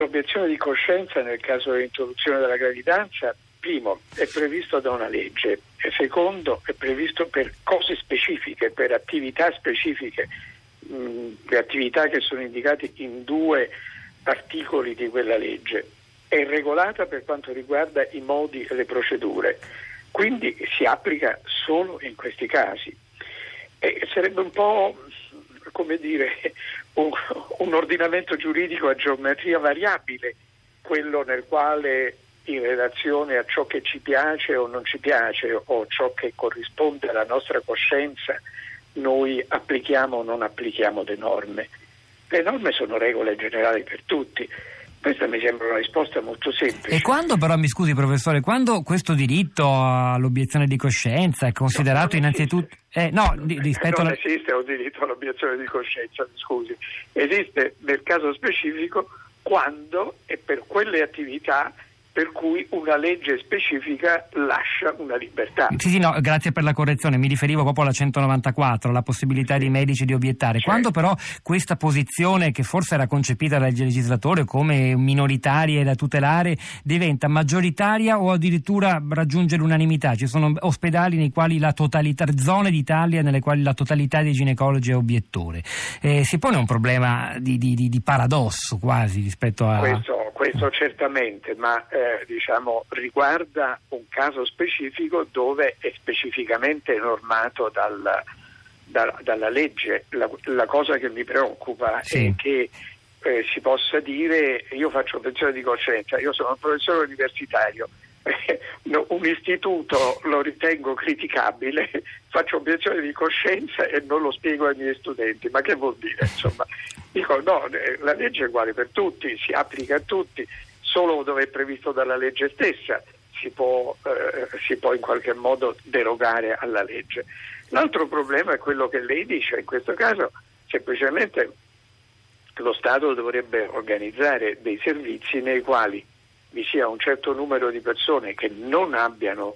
L'obiezione di coscienza nel caso dell'interruzione della gravidanza, primo, è previsto da una legge, e secondo, è previsto per cose specifiche, per attività specifiche, le attività che sono indicate in 2 articoli di quella legge. È regolata per quanto riguarda i modi e le procedure, quindi si applica solo in questi casi. E sarebbe un po', come dire, un ordinamento giuridico a geometria variabile, quello nel quale in relazione a ciò che ci piace o non ci piace o ciò che corrisponde alla nostra coscienza noi applichiamo o non applichiamo le norme. Le norme sono regole generali per tutti. Questa mi sembra una risposta molto semplice. E quando però, mi scusi professore, quando questo diritto all'obiezione di coscienza è considerato innanzitutto... rispetto non esiste un diritto all'obiezione di coscienza, mi scusi. Esiste nel caso specifico quando e per quelle attività per cui una legge specifica lascia una libertà. Sì, no, grazie per la correzione, mi riferivo proprio alla 194, la possibilità dei medici di obiettare. Certo. Quando però questa posizione, che forse era concepita dal legislatore come minoritaria e da tutelare, diventa maggioritaria o addirittura raggiunge l'unanimità? Ci sono ospedali nei quali zone d'Italia nelle quali la totalità dei ginecologi è obiettore. Si pone un problema di paradosso quasi rispetto a... Questo certamente, ma riguarda un caso specifico dove è specificamente normato dalla legge. La cosa che mi preoccupa è che si possa dire: io faccio obiezione di coscienza, io sono un professore universitario, un istituto lo ritengo criticabile, faccio obiezione di coscienza e non lo spiego ai miei studenti. Ma che vuol dire? Insomma, dico no, la legge è uguale per tutti, si applica a tutti, solo dove è previsto dalla legge stessa si può in qualche modo derogare alla legge. L'altro problema è quello che lei dice: in questo caso semplicemente lo Stato dovrebbe organizzare dei servizi nei quali vi sia un certo numero di persone che non abbiano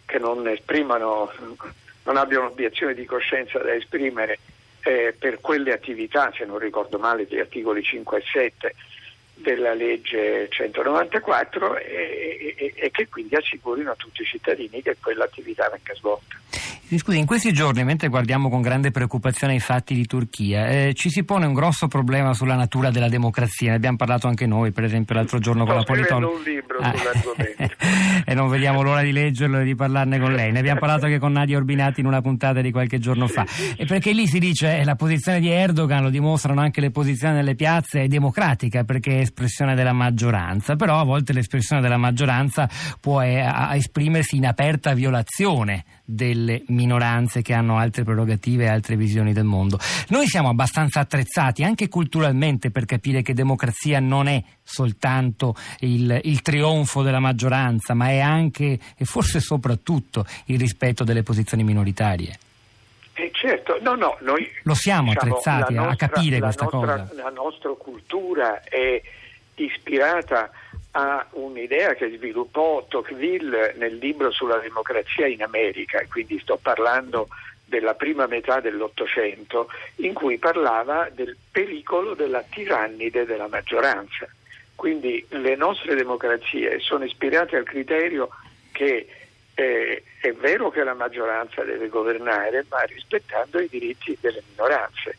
obiezione di coscienza da esprimere per quelle attività, se non ricordo male, gli articoli 5 e 7 della legge 194 e che quindi assicurino a tutti i cittadini che quell'attività venga svolta. Scusi, in questi giorni, mentre guardiamo con grande preoccupazione i fatti di Turchia, ci si pone un grosso problema sulla natura della democrazia. Ne abbiamo parlato anche noi, per esempio, l'altro giorno con la politologa. Sto scrivendo un libro sull'argomento. E non vediamo l'ora di leggerlo e di parlarne con lei. Ne abbiamo parlato anche con Nadia Urbinati in una puntata di qualche giorno fa. E perché lì si dice la posizione di Erdogan, lo dimostrano anche le posizioni nelle piazze, è democratica perché è espressione della maggioranza. Però a volte l'espressione della maggioranza può esprimersi in aperta violazione delle minoranze che hanno altre prerogative e altre visioni del mondo. Noi siamo abbastanza attrezzati anche culturalmente per capire che democrazia non è soltanto il trionfo della maggioranza, ma è anche e forse soprattutto il rispetto delle posizioni minoritarie. Certo, noi lo siamo attrezzati a capire questa cosa. La nostra cultura è ispirata a un'idea che sviluppò Tocqueville nel libro sulla democrazia in America, quindi sto parlando della prima metà dell'Ottocento, in cui parlava del pericolo della tirannide della maggioranza. Quindi le nostre democrazie sono ispirate al criterio che è vero che la maggioranza deve governare, ma rispettando i diritti delle minoranze,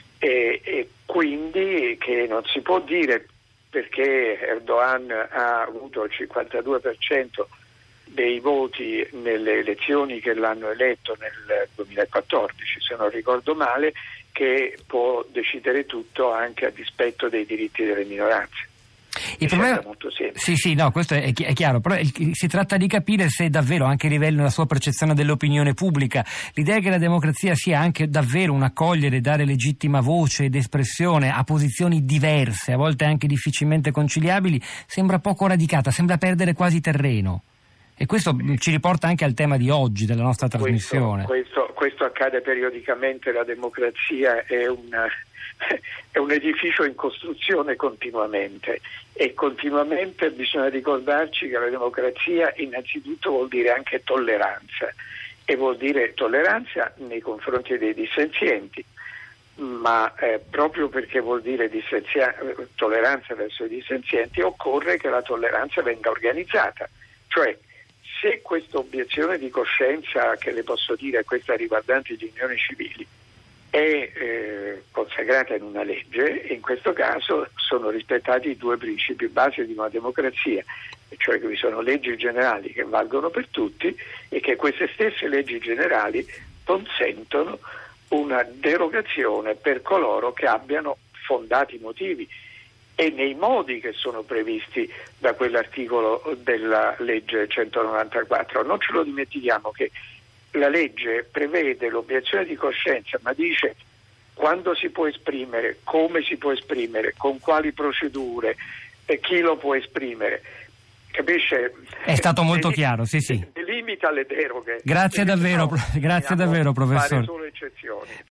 e quindi che non si può dire, perché Erdogan ha avuto il 52% dei voti nelle elezioni che l'hanno eletto nel 2014, se non ricordo male, che può decidere tutto anche a dispetto dei diritti delle minoranze. Il problema, molto sì, no, questo è chiaro, però si tratta di capire se davvero, anche a livello della sua percezione dell'opinione pubblica, l'idea che la democrazia sia anche davvero un accogliere, dare legittima voce ed espressione a posizioni diverse, a volte anche difficilmente conciliabili, sembra poco radicata, sembra perdere quasi terreno. E questo ci riporta anche al tema di oggi, della nostra trasmissione. Questo accade periodicamente, la democrazia è un edificio in costruzione continuamente, e continuamente bisogna ricordarci che la democrazia innanzitutto vuol dire anche tolleranza, e vuol dire tolleranza nei confronti dei dissenzienti, ma proprio perché vuol dire tolleranza verso i dissenzienti, occorre che la tolleranza venga organizzata. Cioè, se questa obiezione di coscienza, che le posso dire, questa riguardante le unioni civili, è consacrata in una legge, in questo caso sono rispettati i due principi base di una democrazia, cioè che vi sono leggi generali che valgono per tutti e che queste stesse leggi generali consentono una derogazione per coloro che abbiano fondati motivi e nei modi che sono previsti da quell'articolo della legge 194. Non ce lo dimentichiamo che la legge prevede l'obiezione di coscienza, ma dice quando si può esprimere, come si può esprimere, con quali procedure, e chi lo può esprimere. Capisce? È stato molto chiaro, sì. Delimita le deroghe. Grazie davvero, professore. Fare solo eccezioni.